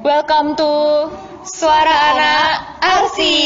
Welcome to Suara Anak Arsi.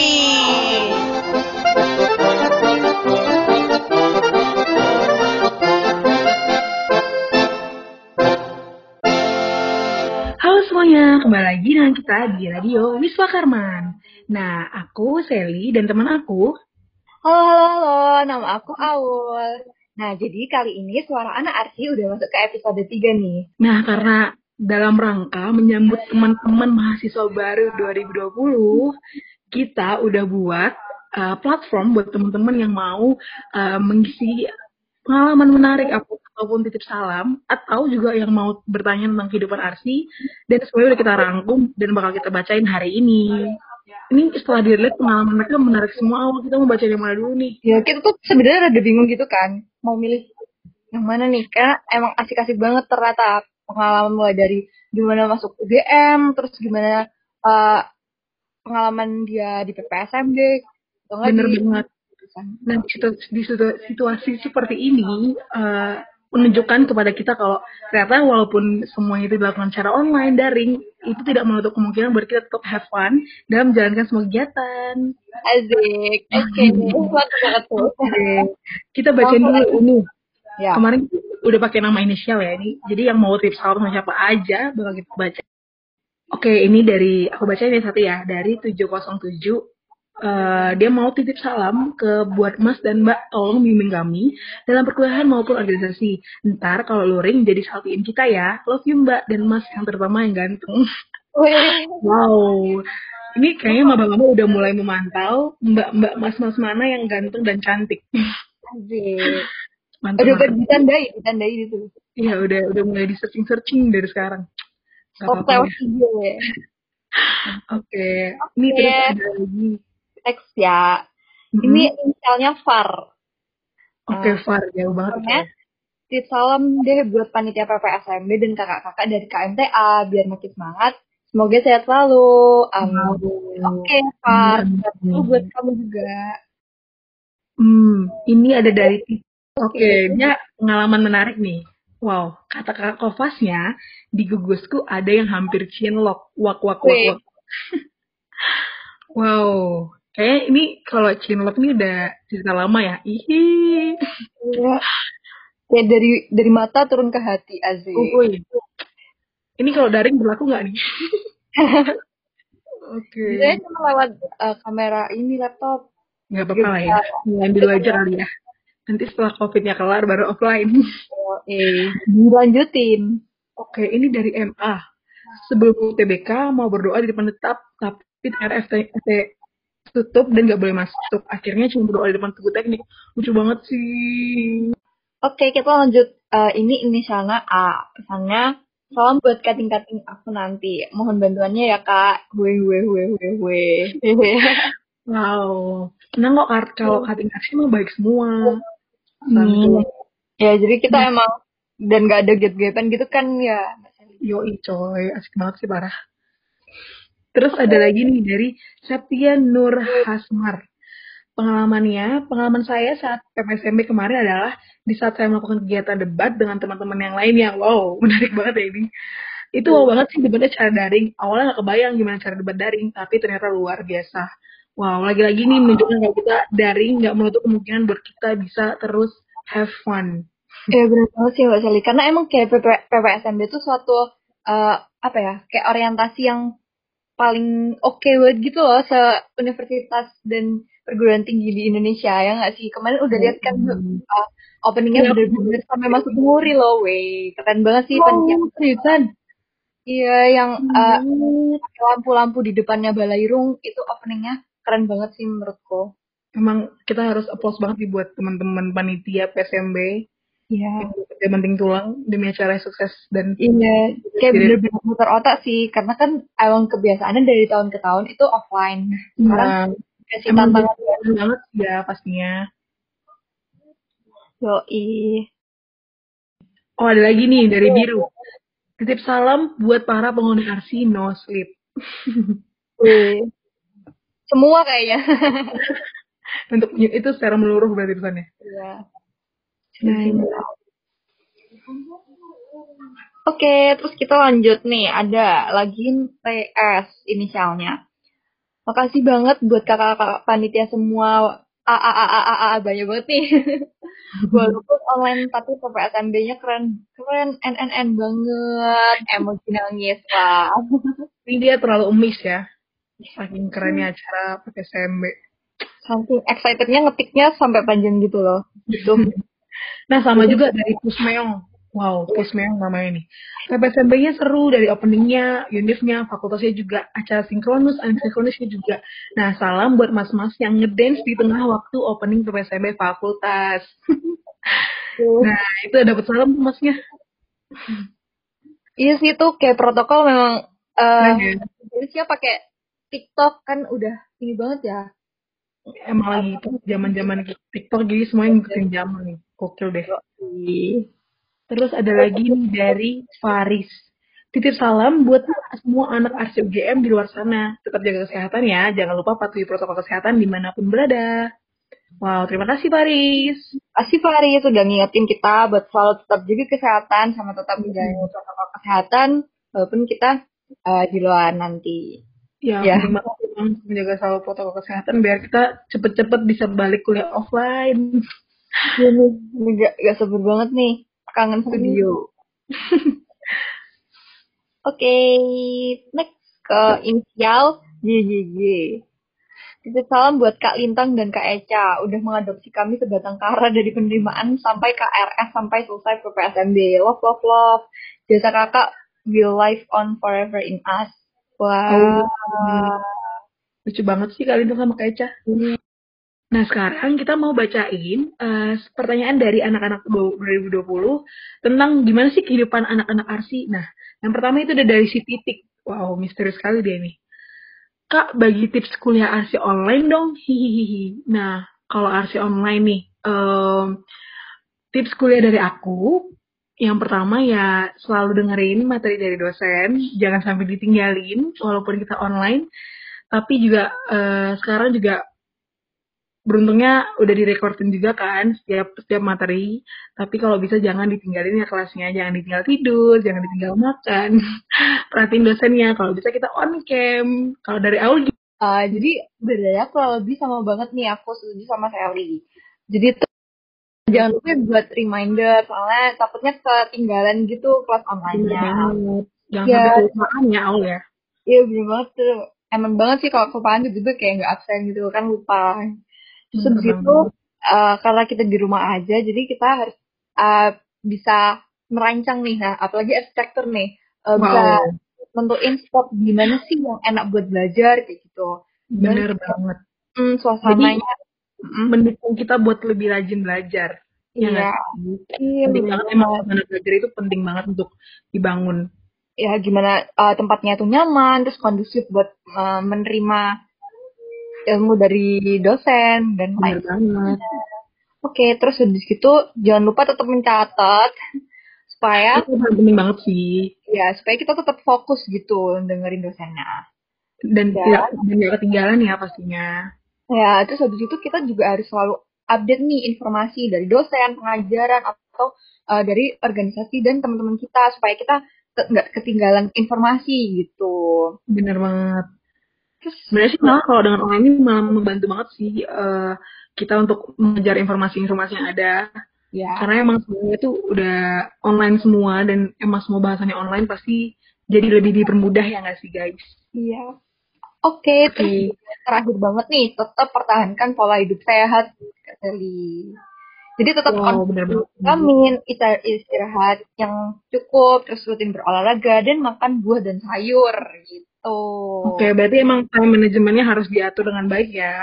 Halo semuanya, kembali lagi dengan kita di Radio Wiswa Karman. Nah, aku Sally dan teman aku. Halo, nama aku Aul. Nah, jadi kali ini Suara Anak Arsi udah masuk ke episode 3 nih. Nah, karena dalam rangka menyambut teman-teman mahasiswa baru 2020, kita udah buat platform buat teman-teman yang mau mengisi pengalaman menarik ataupun titip salam, atau juga yang mau bertanya tentang kehidupan Arsi, dan semuanya udah kita rangkum dan bakal kita bacain hari ini. Ini setelah dilihat pengalaman mereka menarik semua. Awal kita mau baca yang mana dulu nih? Ya, kita tuh sebenarnya rada bingung gitu kan, mau milih yang mana nih, karena emang asik-asik banget ternyata pengalaman mulai dari gimana masuk UGM, terus gimana pengalaman dia di PPSMB, atau enggak Bener di banget. Nah, di situasi seperti ini menunjukkan kepada kita kalau ternyata walaupun semuanya itu dilakukan secara online, daring, itu tidak menutup kemungkinan buat kita tetap have fun dalam menjalankan semua kegiatan. Asik. Oke, mantap banget tuh. Oke, kita bacain dulu ini. Ya. Kemarin udah pakai nama inisial ya ini. Jadi yang mau tips salam sama siapa aja bakal kita baca. Oke, ini dari aku bacain ya satu ya, dari 707. Dia mau titip salam ke buat Mas dan Mbak, tolong bimbing kami dalam perkuliahan maupun organisasi. Ntar kalau luring jadi saltiin kita ya. Love you Mbak dan Mas yang terutama yang ganteng. Wow, ini kayaknya maba-maba udah mulai memantau mbak-mbak mas-mas mana yang ganteng dan cantik. Asik. Mantap, Udah mantap. ditandai gitu. Iya, udah mulai di searching dari sekarang. Gak apa-apa ya. Oke, ini terus ada lagi. Teks ya. Ini inisialnya Far. Oke, Far, jauh banget ya. Titip salam deh buat panitia PPSMB dan kakak-kakak dari KMTA biar makin semangat. Semoga sehat selalu. Amin. Oke, Far. Buat kamu juga. Ini ada dari Oke, dia pengalaman menarik nih. Wow, kata kakak Kofasnya, di gugusku ada yang hampir cinlok. Wak. Wow, kayak ini kalau cinlok ini udah cerita lama ya. Iya. Kayak dari mata turun ke hati, Aziz. Ini kalau daring berlaku nggak nih? Oke. Biasanya cuma lewat kamera ini laptop. Nggak apa-apa lah ya. Ngambil dulu aja kali ya. Nanti setelah COVID-nya kelar baru offline. Dilanjutin. Oke, ini dari MA. Sebelum UTBK mau berdoa di depan tetap, tapi RFT tutup dan nggak boleh masuk. Akhirnya cuma berdoa di depan tugu teknik. Lucu banget sih. Oke, kita lanjut. Ini inisialnya A. Pesannya, salam buat kating-kating aku nanti. Mohon bantuannya ya, Kak. Wow. Senang kok kalau kating-kating mah baik semua. Ya, jadi kita emang dan gak ada gap-gapan gitu kan ya. Yoi coy, asik banget sih parah. Terus ada lagi nih dari Septia Nur Hasmar. Pengalaman saya saat PPSMB kemarin adalah di saat saya melakukan kegiatan debat dengan teman-teman yang lainnya. Wow, menarik banget ya ini. Itu wow banget sih debatnya cara daring. Awalnya gak kebayang gimana cara debat daring, tapi ternyata luar biasa. Wow, lagi-lagi nih menunjukkan kalau kita daring gak menutup kemungkinan buat kita bisa terus have fun. Ya benar banget sih Mbak Sally. Karena emang kayak PPSMB itu suatu kayak orientasi yang paling oke banget gitu loh se-universitas dan perguruan tinggi di Indonesia ya nggak sih? Kemarin udah lihat kan openingnya bener-bener sampai masuk Muri loh, weh. Keren banget sih Seriusan? Iya, yang lampu-lampu di depannya Balairung itu openingnya keren banget sih menurutku. Emang kita harus applause banget nih buat teman-teman panitia PSMB. Iya. Yang penting tulang demi acara sukses dan iya, kayak bener-bener muter otak sih, karena kan emang kebiasaannya dari tahun ke tahun itu offline. Sekarang kasih tantangan banget ya pastinya. Yoi. Oh ada lagi nih dari Biru. Titip salam buat para penghuni Arsi No Sleep. Semua kayaknya. Untuk itu secara menyeluruh berarti pesannya. Iya. Oke, terus kita lanjut nih. Ada lagi TS inisialnya. Makasih banget buat kakak-kakak panitia semua. Banyak banget nih. Walaupun online tapi PPSMB-nya keren, keren, NNN banget. Emoji nangis lah. Ini dia terlalu emis ya, saking kerennya acara PPSMB. Saking excitednya ngetiknya sampai panjang gitu loh. Gitu. Nah, sama juga dari Pusmeong. Wow, Pusmeong namanya nih. PPSMB-nya seru dari openingnya, unifnya, fakultasnya juga, acara sinkronus, asinkronusnya juga. Nah, salam buat mas-mas yang ngedance di tengah waktu opening PPSMB fakultas. Nah, itu dapat salam tuh masnya. Iya sih tuh kayak protokol memang Keren ya. Indonesia pakai TikTok kan udah ini banget ya. Emang lagi itu zaman-zaman TikTok, jadi semuanya ngikutin zaman nih. Gokil deh. Terus ada lagi nih dari Faris. Titip salam buat semua anak Arsi UGM di luar sana. Tetap jaga kesehatan ya. Jangan lupa patuhi protokol kesehatan dimanapun berada. Wow, terima kasih Faris. Asih Fahri sudah ngingetin kita buat selalu tetap jaga kesehatan sama tetap menjalani protokol kesehatan walaupun kita di luar nanti. Ya, Ya, penting banget memang menjaga selalu protokol kesehatan biar kita cepet-cepet bisa balik kuliah offline. ini gak sabar banget nih. Kangen studio. Oke, next ke inisial JJJ. Titip salam buat Kak Lintang dan Kak Eca. Udah mengadopsi kami sebatang kara dari penerimaan sampai KRS sampai selesai PPSMB. Love, love, love. Jasa kakak will live on forever in us. Oh, Wah. lucu banget sih kali itu sama Kak Eca. Nah, sekarang kita mau bacain pertanyaan dari anak-anak 2020 tentang gimana sih kehidupan anak-anak Arsi. Nah, yang pertama itu udah dari si Titik. Wow, misterius sekali dia nih. Kak, bagi tips kuliah Arsi online dong. Hihihi. Nah, kalau Arsi online nih, tips kuliah dari aku, yang pertama ya selalu dengerin materi dari dosen, jangan sampai ditinggalin walaupun kita online. Tapi juga sekarang juga beruntungnya udah direkordin juga kan setiap setiap materi. Tapi kalau bisa jangan ditinggalin ya kelasnya, jangan ditinggal tidur, jangan ditinggal makan. Perhatiin dosennya. Kalau bisa kita on cam. Kalau dari Aul Jadi bedanya kurang lebih sama banget nih aku setuju sama Sally. Jadi tuh jangan lupa buat reminder soalnya takutnya ketinggalan gitu kelas bener online-nya. banget. Jangan Ya, sampai kelupaan ya Aul ya. iya bener banget tuh. Emang banget sih kalau kelupaan tiba-tiba kayak nggak absen gitu kan lupa. Terus Bener habis itu banget. karena kita di rumah aja, jadi kita harus uh, bisa merancang nih, nah apalagi arsitektur nih, bisa Wow, nentuin spot di mana sih yang enak buat belajar kayak gitu. Gimana bener sih banget. Jadi suasananya? Mm, mendukung kita buat lebih rajin belajar. Ya iya, nggak sih? iya Penting bener banget emang banget. suasana belajar itu penting banget untuk dibangun. Ya gimana tempatnya tuh nyaman, terus kondusif buat menerima ilmu dari dosen dan lain Bener banget. Oke, terus habis gitu jangan lupa tetap mencatat supaya Itu hal penting banget sih. ya supaya kita tetap fokus gitu dengerin dosennya. Dan Ya, tidak ketinggalan ya pastinya. ya terus habis itu kita juga harus selalu update nih informasi dari dosen, pengajaran atau dari organisasi dan teman-teman kita supaya kita nggak ketinggalan informasi gitu. Bener banget. Terus Sebenarnya sih malah kalau dengan online ini malah membantu banget sih kita untuk mengejar informasi-informasi yang ada. ya, Karena emang semuanya tuh udah online semua dan emang semua bahasannya online pasti jadi lebih dipermudah ya nggak sih guys? iya. Oke, terus Oke. juga terakhir banget nih, tetap pertahankan pola hidup sehat, Kak Sally. Jadi tetap Wow, bener konsumsi banget. vitamin, istirahat yang cukup, terus rutin berolahraga dan makan buah dan sayur gitu. Oke, berarti emang time manajemennya harus diatur dengan baik ya.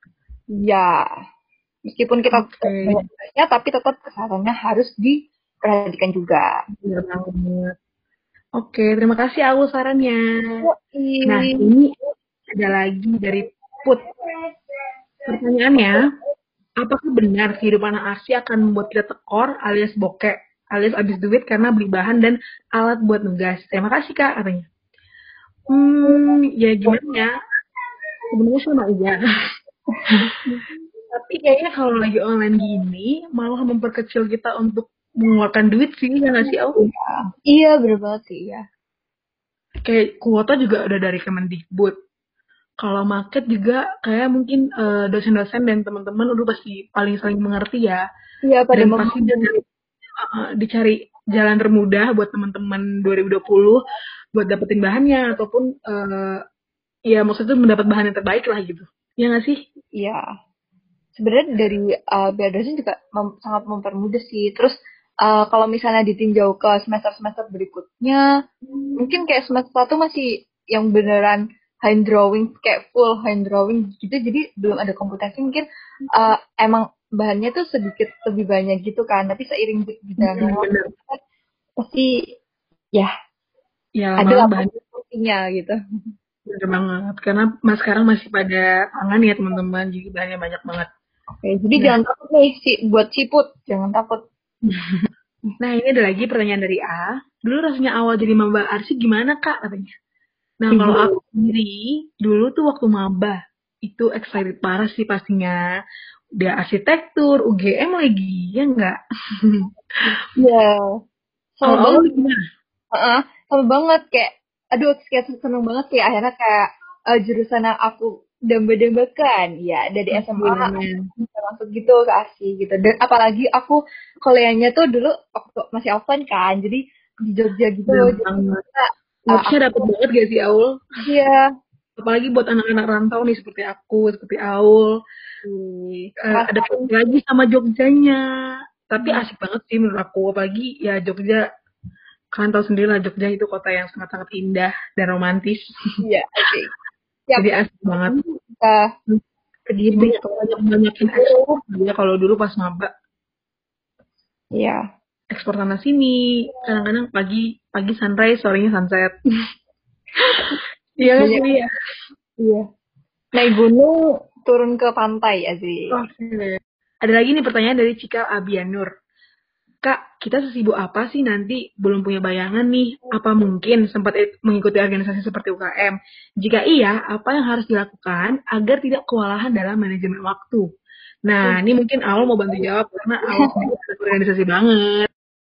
Ya, meskipun kita Oke, banyak tugasnya, tapi tetap kesehatannya harus diperhatikan juga. bener banget. Oke, terima kasih Aku sarannya. Nah, Yoi. ini ada lagi dari Put. Pertanyaannya, apakah benar kehidupan anak Arsi akan membuat kita tekor alias bokek alias habis duit karena beli bahan dan alat buat nugas? Terima kasih Kak, katanya. Ya gimana ya? Sebenarnya sama aja. Tapi kayaknya kalau lagi online gini, malah memperkecil kita untuk mengeluarkan duit sih, ya nggak sih, Au? Iya, bener banget sih, ya. Kayak kuota juga udah dari Kemendikbud. Kalau market juga kayak mungkin dosen-dosen dan teman-teman udah pasti paling saling mengerti ya. Iya, pada Dan pasti memahami. dicari jalan termudah buat teman-teman 2020 buat dapetin bahannya ataupun ya maksudnya mendapat bahan yang terbaik lah gitu. Ya nggak sih? Iya. Sebenarnya dari biaya dosen juga sangat mempermudah sih. Terus kalau misalnya ditinjau ke semester-semester berikutnya, mungkin kayak semester satu masih yang beneran hand drawing, kayak full hand drawing gitu, jadi belum ada komputasi. Mungkin emang bahannya tuh sedikit lebih banyak gitu kan, tapi seiring berjalannya waktu Bener. kan pasti ya Ya ada malah lah bahan fungsinya gitu. bener banget. Karena sekarang masih pada tangan ya teman-teman. Jadi bahannya banyak banget. Oke, jadi Nah, jangan takut nih buat siput, jangan takut. nah ini ada lagi pertanyaan dari A. Dulu rasanya awal jadi maba arsip gimana Kak? Katanya. Nah kalau aku Setuju. sendiri, dulu tuh waktu maba, itu excited parah sih pastinya. Dia arsitektur, UGM lagi, ya enggak? Iya, sama Kalau awal banget. gimana? Heeh, sama banget kayak aduh kayak seneng banget sih akhirnya kayak jurusan yang aku dambakan ya dari SMA Oke, aku men. bisa masuk gitu ke ASI gitu dan apalagi aku kuliahnya tuh dulu waktu masih offline kan jadi di Jogja gitu Bener loh jadi banget. kita, Notesnya aku dapet banget gak sih, Aul? iya Apalagi buat anak-anak rantau nih, seperti aku, seperti Aul. Ada rasain lagi sama Jogjanya. Tapi hmm, asik banget sih menurut aku. Apalagi ya Jogja, kalian tahu sendiri lah Jogja itu kota yang sangat-sangat indah dan romantis. iya asik siap Jadi asik banget. kita Kediri Banyak, tuh banyakin ekspor ya kalau dulu pas maba. iya Ekspor sana sini. Kadang-kadang pagi pagi sunrise, sorenya sunset. Iya kan banyak sih ya. iya naik gunung turun ke pantai asik. Oke. Ada lagi nih pertanyaan dari Cika Abianur. Kak, kita sesibuk apa sih nanti? Belum punya bayangan nih. Apa mungkin sempat mengikuti organisasi seperti UKM? Jika iya, apa yang harus dilakukan agar tidak kewalahan dalam manajemen waktu? Nah, ini mungkin Awal mau bantu jawab karena Awal sendiri ada organisasi banget.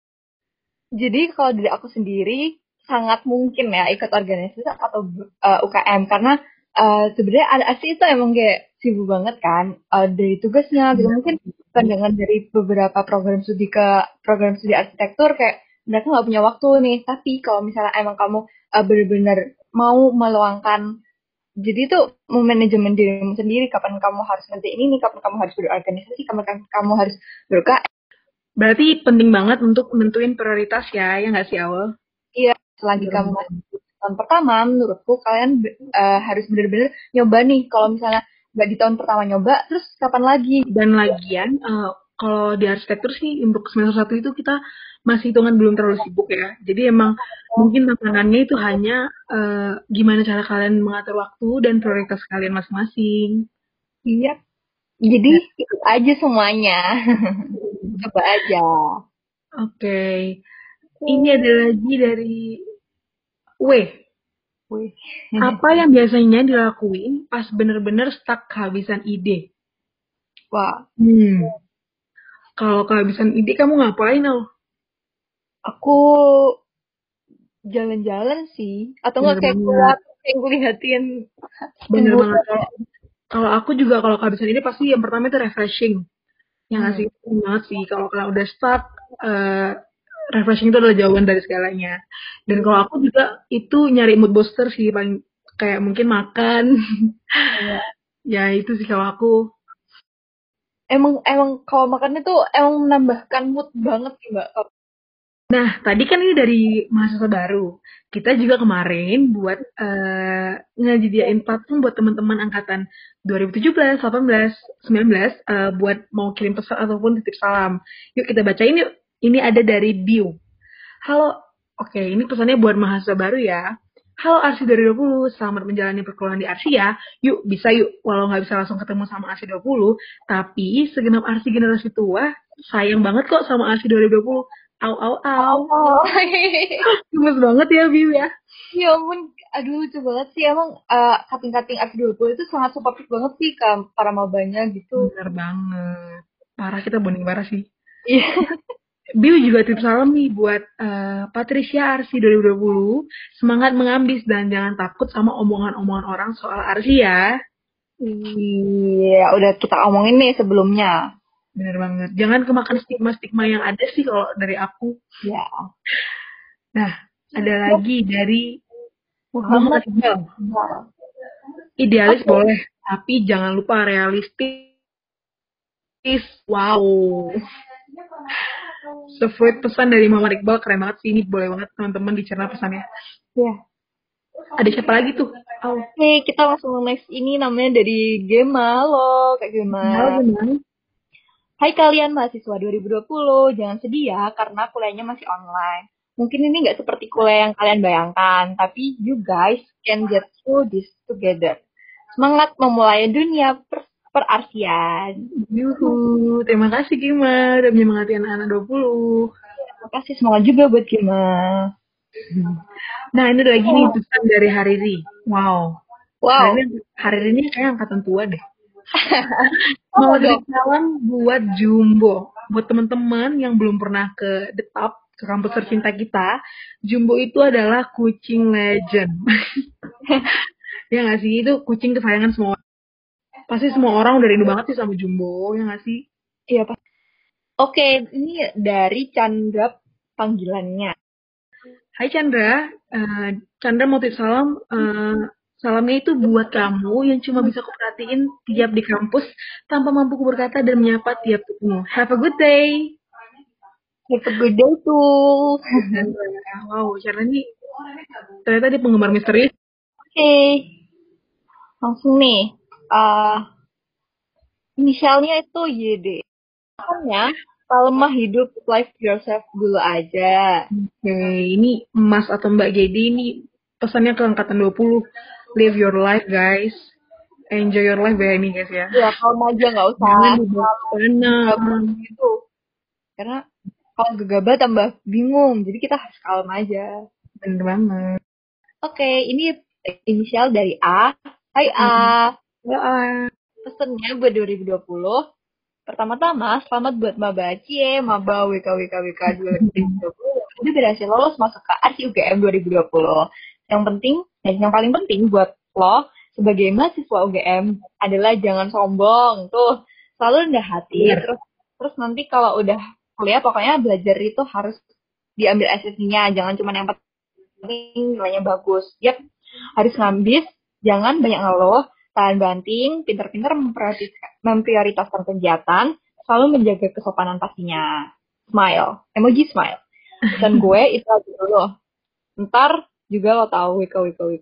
Jadi kalau dari aku sendiri sangat mungkin ya ikut organisasi atau UKM karena sebenarnya ada asli itu emang kayak sibuk banget kan dari tugasnya gitu mungkin pandangan dari beberapa program studi ke program studi arsitektur kayak mereka nggak punya waktu nih tapi kalau misalnya emang kamu benar-benar mau meluangkan jadi itu memanajemen dirimu sendiri kapan kamu harus ngerjain ini kapan kamu harus berorganisasi kapan kamu harus ber Berarti penting banget untuk nentuin prioritas ya, ya nggak sih Awal? Iya, selagi Bener kamu banget. masih di tahun pertama, menurutku kalian harus bener-bener nyoba nih. Kalau misalnya nggak di tahun pertama nyoba, terus kapan lagi? Dan lagian, kalau di arsitektur sih untuk semester satu itu kita masih hitungan belum terlalu sibuk ya. Jadi emang mungkin tantangannya itu hanya gimana cara kalian mengatur waktu dan prioritas kalian masing-masing. Iya, jadi Ya, ikut aja semuanya. Coba aja. oke. Ini ada Oke. lagi dari W. Wih. Apa yang biasanya dilakuin pas bener-bener stuck kehabisan ide? Wah, Hmm, kalau kehabisan ide kamu ngapain, Al? aku jalan-jalan sih. Atau nggak Bener kayak keluar, banget. kayak ngeliatin Bener banget. hiburan. Kalau aku juga kalau kehabisan ide pasti yang pertama itu refreshing. Yang ngasih Hmm. banget sih. Kalau kalian udah stuck, eh, refreshing itu adalah jawaban dari segalanya. Dan kalau aku juga itu nyari mood booster sih, paling kayak mungkin makan. Iya. Ya itu sih kalau aku. Emang emang kalau makan itu emang menambahkan mood banget sih Mbak. Nah, tadi kan ini dari mahasiswa baru. Kita juga kemarin buat ngejadiin platform buat teman-teman angkatan 2017, 18, 19 buat mau kirim pesan ataupun titip salam. Yuk kita bacain yuk. Ini ada dari Biu. Halo, oke ini pesannya buat mahasiswa baru ya. Halo Arsi 2020, selamat menjalani perkuliahan di Arsi ya. Yuk, bisa yuk. Walau nggak bisa langsung ketemu sama Arsi 20, tapi segenap Arsi generasi tua, sayang banget kok sama Arsi 2020. Au, au, au. Oh. Gemes banget ya, Biu ya. Ya ampun, aduh lucu banget sih emang kating-kating F20 itu sangat suportif banget sih ke para mabanya gitu. Bener banget. Parah kita bonding parah sih. Iya. Biu juga tips salam nih buat Patricia Arsi 2020. Semangat mengambis dan jangan takut sama omongan-omongan orang soal Arsi ya. Iya, udah kita omongin nih sebelumnya. Bener banget. Jangan kemakan stigma-stigma yang ada sih kalau dari aku. Ya, Nah, ada lagi dari Muhammad Muhammad Iqbal. Iqbal. Idealis Oke. boleh, tapi jangan lupa realistis. Wow. Sesuai pesan dari Muhammad Iqbal, keren banget sih. Ini boleh banget teman-teman dicerna pesannya. Ya. Ada siapa lagi tuh? Oke, kita langsung next ini namanya dari Gema. Halo, Kak Gema. Halo, gimana? Hai kalian mahasiswa 2020, jangan sedih ya karena kuliahnya masih online. Mungkin ini nggak seperti kuliah yang kalian bayangkan, tapi you guys can get through this together. Semangat memulai dunia perarsian. Yuhu, terima kasih Gima udah menyemangati anak-anak 20. Terima kasih semangat juga buat Gema. Nah, ini ada lagi nih pesan dari Hariri. Wow. Wow. Hariri ini kayak angkatan tua deh. Mau titip salam buat Jumbo. Buat teman-teman yang belum pernah ke The Top, ke kampus tercinta kita, Jumbo itu adalah kucing legend. Ya nggak sih? Itu kucing kesayangan semua orang. Pasti semua orang udah rindu banget sih sama Jumbo, ya nggak sih? Iya, Pak. Oke, ini dari Chandra panggilannya. Hai Chandra, Chandra mau titip salam. Salamnya itu buat kamu yang cuma bisa kuperhatiin tiap di kampus tanpa mampu berkata dan menyapa tiap ketemu. Have a good day. Have a good day tuh. Wow, Chandra ini ternyata dia penggemar misterius. Oke. Langsung nih. Inisialnya itu YD. Pokoknya, kalau lemah hidup, life yourself dulu aja. Oke, ini Mas atau Mbak Gedi ini pesannya ke angkatan 20. Live your life, guys. Enjoy your life ya ini, guys ya. Ya, kalau aja nggak usah. Benar. Gitu. Karena kalau gegabah tambah bingung. Jadi kita harus kalem aja. Bener banget. Oke, ini inisial dari A. Hai A. Ya, Pesennya buat 2020. Pertama-tama, selamat buat Maba Cie, Maba WKWKWK 2020. Udah berhasil lolos masuk ke ARSI UGM 2020. Yang penting, dan yang paling penting buat lo sebagai mahasiswa UGM adalah jangan sombong. Tuh, selalu rendah hati. Terus nanti kalau udah kuliah, pokoknya belajar itu harus diambil esensinya. Jangan cuma yang penting nilainya bagus. Yap, harus ngambis, jangan banyak ngeluh. Tahan banting, pintar-pintar memprioritaskan kegiatan, selalu menjaga kesopanan pastinya. Smile, emoji smile. Dan gue itu aja dulu. Ntar juga lo tahu wika.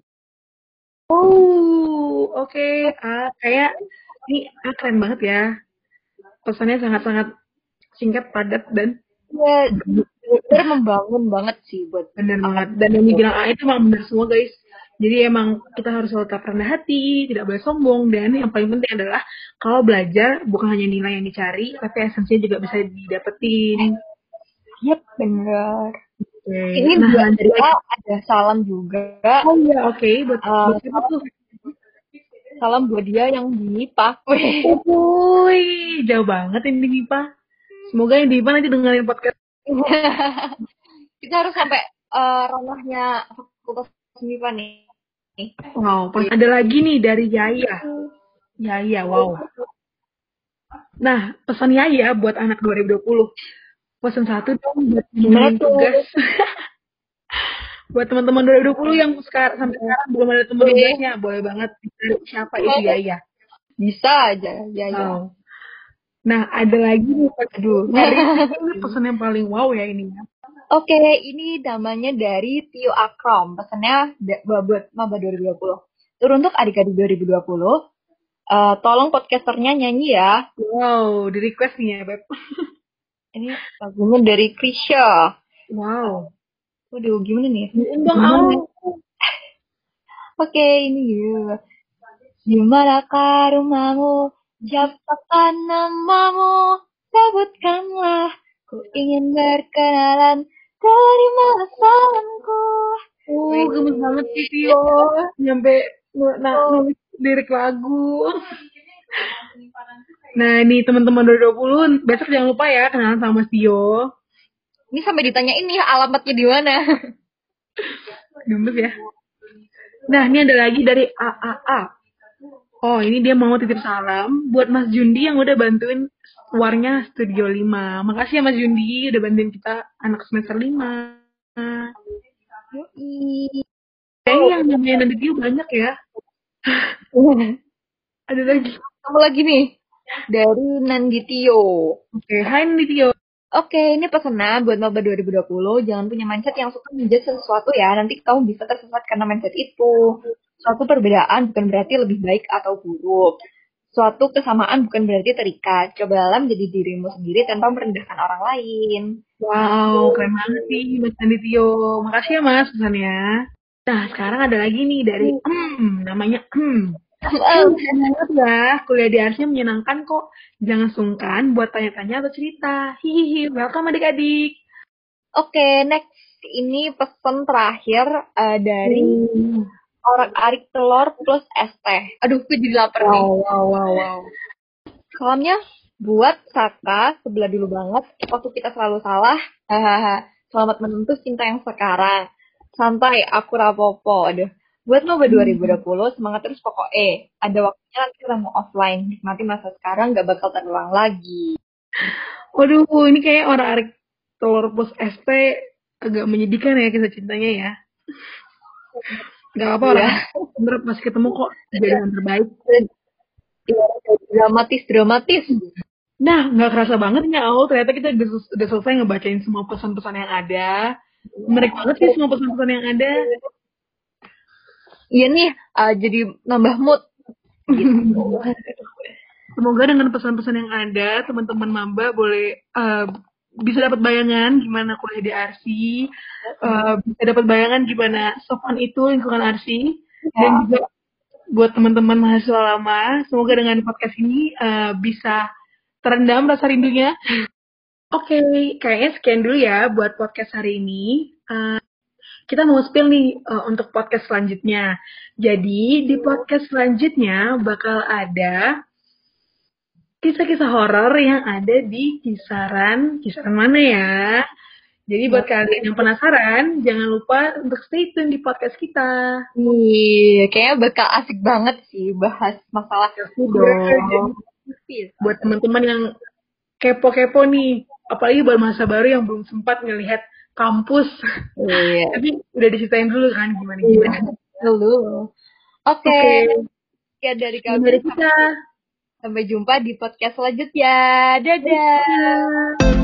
Oh, oke. Kayak ini keren banget ya. Pesannya sangat-sangat singkat, padat, dan bener membangun banget sih buat. Bener banget. Dan yang dibilang itu emang bener semua guys. Jadi emang kita harus selalu tetap rendah hati, tidak boleh sombong, dan yang paling penting adalah kalau belajar bukan hanya nilai yang dicari, tapi esensinya juga bisa didapetin. Yap, bener. Okay. Ini buat ada salam juga. Oh iya, oke. Buat siapa tuh? Salam buat dia yang di MIPA. Wih, jauh banget ini di MIPA. Semoga yang di MIPA nanti dengerin podcast. Kita harus sampai ranahnya fakultas MIPA nih. Wow, ada lagi nih dari Yaya. Yaya, wow. Nah, pesan Yaya buat anak 2020. Pesan satu dong buat tugas. Buat teman-teman 2020 yang sampai sekarang belum ada teman tugasnya, boleh banget siapa itu Yaya. Bisa aja, Yaya. Wow. Nah, ada lagi nih, ini pesan yang paling wow ya ini. Oke, ini namanya dari Tio Akrom. Pesannya buat Maba 2020. Teruntuk adik-adik 2020, tolong podcasternya nyanyi ya. Wow, di request nih ya, Beb. Ini lagunya dari Krisya. Wow. Waduh, gimana nih? Oke, ini ya. Dimanakah rumahmu? Siapakah namamu? Sebutkanlah. Ku ingin berkenalan. Terima salamku. Gemes banget sih Tio. Nyampe nulis lirik lagu. Nah, nih teman-teman 2020, besok jangan lupa ya kenalan sama Tio. Ini sampai ditanyain nih alamatnya di mana. Gemes ya. Nah, ini ada lagi dari AAA. Oh, ini dia mau titip salam buat Mas Jundi yang udah bantuin warnya Studio 5. Makasih ya Mas Jundi udah bantuin kita anak semester 5. Yoi. Kayaknya yang namanya Nanditio banyak ya. Ada lagi. Kamu lagi nih dari Nanditio. Oke, hai Nanditio. Oke, ini pesannya buat maba 2020, jangan punya mindset yang suka menjudge sesuatu ya, nanti kamu bisa tersesat karena mindset itu. Suatu perbedaan bukan berarti lebih baik atau buruk. Suatu kesamaan bukan berarti terikat. Cobalah menjadi dirimu sendiri tanpa merendahkan orang lain. Wow, keren banget sih Mas Nanditio. Makasih ya Mas pesannya. Nah, sekarang ada lagi nih dari namanya Oh, keren banget ya. Kuliah di Arsnya menyenangkan kok. Jangan sungkan buat tanya-tanya atau cerita. Hihihi, welcome adik-adik. Oke, next. Ini pesan terakhir dari orang arik telur plus es teh. Aduh, gue jadi lapar nih. Wow. Salamnya buat Saka, sebelah dulu banget. Waktu kita selalu salah. Hahaha. Selamat menuntut cinta yang sekarang. Santai, aku rapopo. Aduh. Buat Maba 2020, semangat terus pokoknya. Ada waktunya nanti kita mau offline. Nikmati masa sekarang, gak bakal terulang lagi. Waduh, ini kayak orang arik telur plus SP agak menyedihkan ya kisah cintanya ya. Gak apa-apa orang bener masih ketemu kok jodohan terbaik. Dramatis. Nah, nggak kerasa banget nih Aul, ternyata kita udah selesai ngebacain semua pesan-pesan yang ada. Menarik banget sih semua pesan-pesan yang ada. Iya nih, jadi nambah mood. Gitu. Semoga dengan pesan-pesan yang ada, teman-teman maba boleh bisa dapat bayangan gimana kuliah di Arsi, bisa dapat bayangan gimana sopan itu lingkungan Arsi, dan juga buat teman-teman mahasiswa lama, semoga dengan podcast ini bisa terendam rasa rindunya. Oke, kayaknya sekian dulu ya buat podcast hari ini. Kita mau spill nih untuk podcast selanjutnya. Jadi di podcast selanjutnya bakal ada kisah-kisah horor yang ada di kisaran mana ya? Jadi buat kalian yang penasaran, jangan lupa untuk stay tune di podcast kita. Iya, kayaknya bakal asik banget sih bahas masalah dong. Buat teman-teman yang kepo-kepo nih, apalagi buat masa baru yang belum sempat ngelihat kampus. Iya. Tapi udah diceritain dulu kan gimana. Dulu. Oke. Ya dari kami. Dari kita. Sampai jumpa di podcast selanjutnya. Dadah.